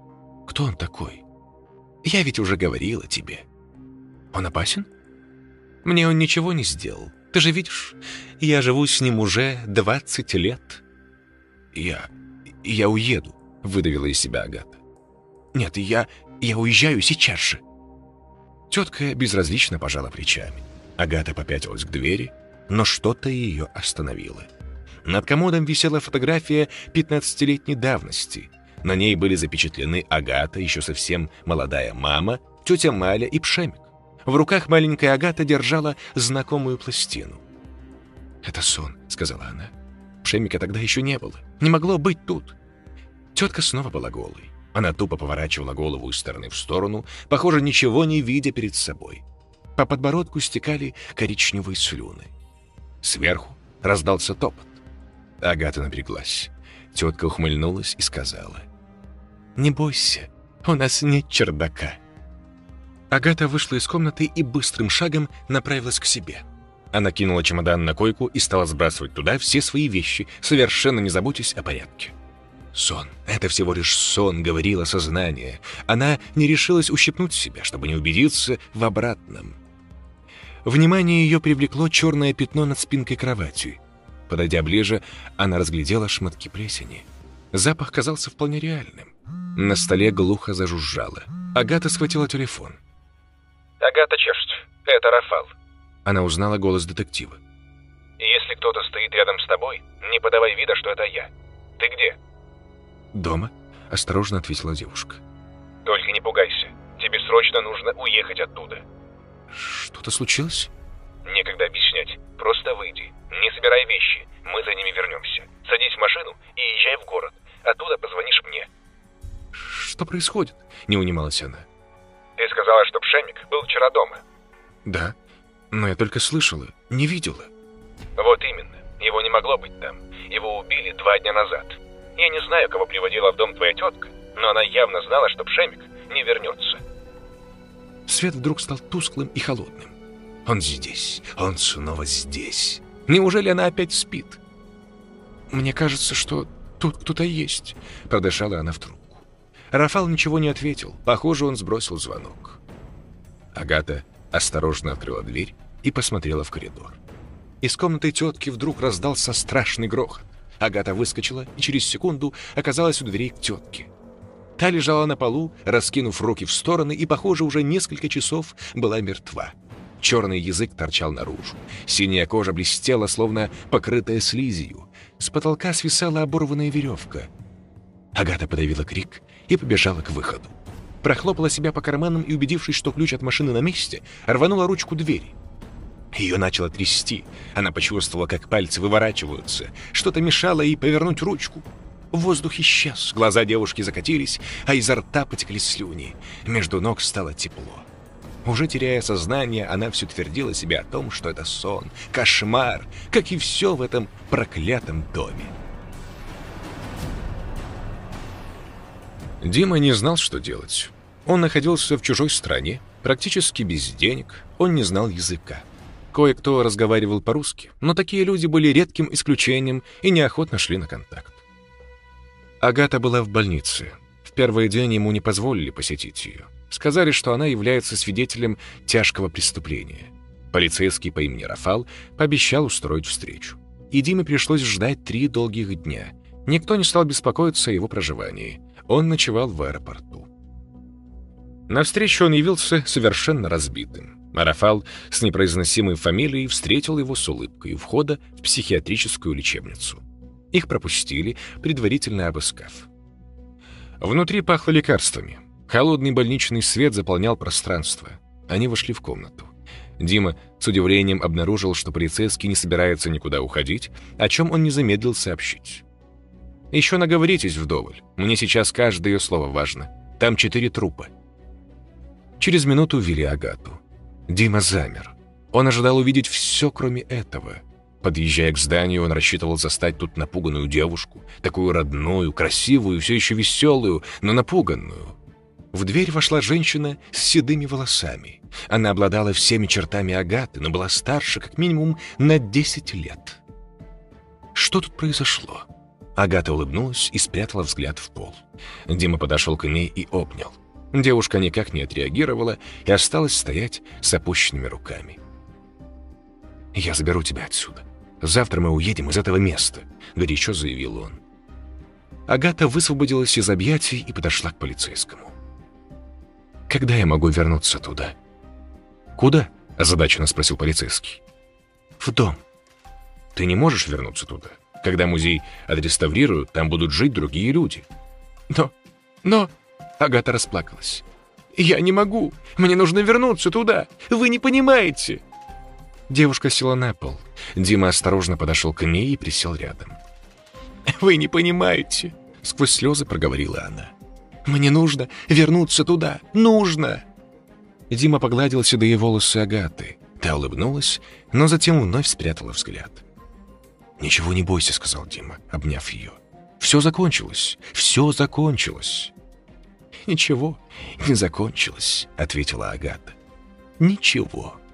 «Кто он такой?» «Я ведь уже говорила тебе». «Он опасен?» Мне он ничего не сделал. Ты же видишь, я живу с ним уже двадцать лет». «Я... я уеду», — выдавила из себя Агата. «Нет, я... я уезжаю сейчас же». Тетка безразлично пожала плечами. Агата попятилась к двери, но что-то ее остановило. Над комодом висела фотография пятнадцатилетней давности. На ней были запечатлены Агата, еще совсем молодая мама, тетя Маля и Пшемик. В руках маленькая Агата держала знакомую пластину. «Это сон», — сказала она. «Пшемика тогда еще не было. Не могло быть тут». Тетка снова была голой. Она тупо поворачивала голову из стороны в сторону, похоже, ничего не видя перед собой. По подбородку стекали коричневые слюны. Сверху раздался топот. Агата напряглась. Тетка ухмыльнулась и сказала: «Не бойся, у нас нет чердака». Агата вышла из комнаты и быстрым шагом направилась к себе. Она кинула чемодан на койку и стала сбрасывать туда все свои вещи, совершенно не заботясь о порядке. «Сон. Это всего лишь сон», — говорило сознание. Она не решилась ущипнуть себя, чтобы не убедиться в обратном. Внимание ее привлекло черное пятно над спинкой кровати. Подойдя ближе, она разглядела шматки плесени. Запах казался вполне реальным. На столе глухо зажужжало. Агата схватила телефон.
«Агата чешет. Это Рафал».
Она узнала голос детектива.
«Если кто-то стоит рядом с тобой, не подавай вида, что это я. Ты где?»
«Дома», — осторожно ответила девушка.
«Только не пугайся. Тебе срочно нужно уехать оттуда».
«Что-то случилось?»
«Некогда объяснять. Просто выйди. Не собирай вещи. Мы за ними вернемся. Садись в машину и езжай в город. Оттуда позвонишь мне».
«Что происходит?» — не унималась она.
«Ты сказала, что Пшемик был вчера дома».
«Да, но я только слышала, не видела».
«Вот именно. Его не могло быть там. Его убили два дня назад. Я не знаю, кого приводила в дом твоя тетка, но она явно знала, что Пшемик не вернется».
Свет вдруг стал тусклым и холодным. Он здесь, он снова здесь. Неужели она опять спит? «Мне кажется, что тут кто-то есть», — продышала она в трубку. Рафал ничего не ответил. Похоже, он сбросил звонок. Агата осторожно открыла дверь и посмотрела в коридор. Из комнаты тетки вдруг раздался страшный грохот. Агата выскочила и через секунду оказалась у дверей к тетке. Та лежала на полу, раскинув руки в стороны, и, похоже, уже несколько часов была мертва. Черный язык торчал наружу. Синяя кожа блестела, словно покрытая слизью. С потолка свисала оборванная веревка. Агата подавила крик и побежала к выходу. Прохлопала себя по карманам и, убедившись, что ключ от машины на месте, рванула ручку двери. Ее начало трясти. Она почувствовала, как пальцы выворачиваются. Что-то мешало ей повернуть ручку. Воздух исчез, глаза девушки закатились, а изо рта потекли слюни. Между ног стало тепло. Уже теряя сознание, она все твердила себе о том, что это сон, кошмар, как и все в этом проклятом доме. Дима не знал, что делать. Он находился в чужой стране, практически без денег, он не знал языка. Кое-кто разговаривал по-русски, но такие люди были редким исключением и неохотно шли на контакт. Агата была в больнице. В первый день ему не позволили посетить ее. Сказали, что она является свидетелем тяжкого преступления. Полицейский по имени Рафал пообещал устроить встречу. И Диме пришлось ждать три долгих дня. Никто не стал беспокоиться о его проживании. Он ночевал в аэропорту. На встречу он явился совершенно разбитым. А Рафал с непроизносимой фамилией встретил его с улыбкой у входа в психиатрическую лечебницу. Их пропустили, предварительно обыскав. Внутри пахло лекарствами. Холодный больничный свет заполнял пространство. Они вошли в комнату. Дима с удивлением обнаружил, что полицейский не собирается никуда уходить, о чем он не замедлил сообщить. «Еще наговоритесь вдоволь. Мне сейчас каждое ее слово важно. Там четыре трупа». Через минуту ввели Агату. Дима замер. Он ожидал увидеть все, кроме этого. Подъезжая к зданию, он рассчитывал застать тут напуганную девушку, такую родную, красивую, все еще веселую, но напуганную. В дверь вошла женщина с седыми волосами. Она обладала всеми чертами Агаты, но была старше как минимум на десять лет. Что тут произошло? Агата улыбнулась и спрятала взгляд в пол. Дима подошел к ней и обнял. Девушка никак не отреагировала и осталась стоять с опущенными руками. «Я заберу тебя отсюда. Завтра мы уедем из этого места», — горячо заявил он. Агата высвободилась из объятий и подошла к полицейскому. «Когда я могу вернуться туда?» «Куда?» — озадаченно спросил полицейский. «В дом». «Ты не можешь вернуться туда. Когда музей отреставрируют, там будут жить другие люди». «Но... но...» — Агата расплакалась. «Я не могу. Мне нужно вернуться туда. Вы не понимаете». Девушка села на пол. Дима осторожно подошел к ней и присел рядом. «Вы не понимаете», — сквозь слезы проговорила она. «Мне нужно вернуться туда. Нужно!» Дима погладил седые волосы Агаты. Та улыбнулась, но затем вновь спрятала взгляд. «Ничего не бойся», — сказал Дима, обняв ее. «Все закончилось. Все закончилось». «Ничего не закончилось», — ответила Агата. «Ничего».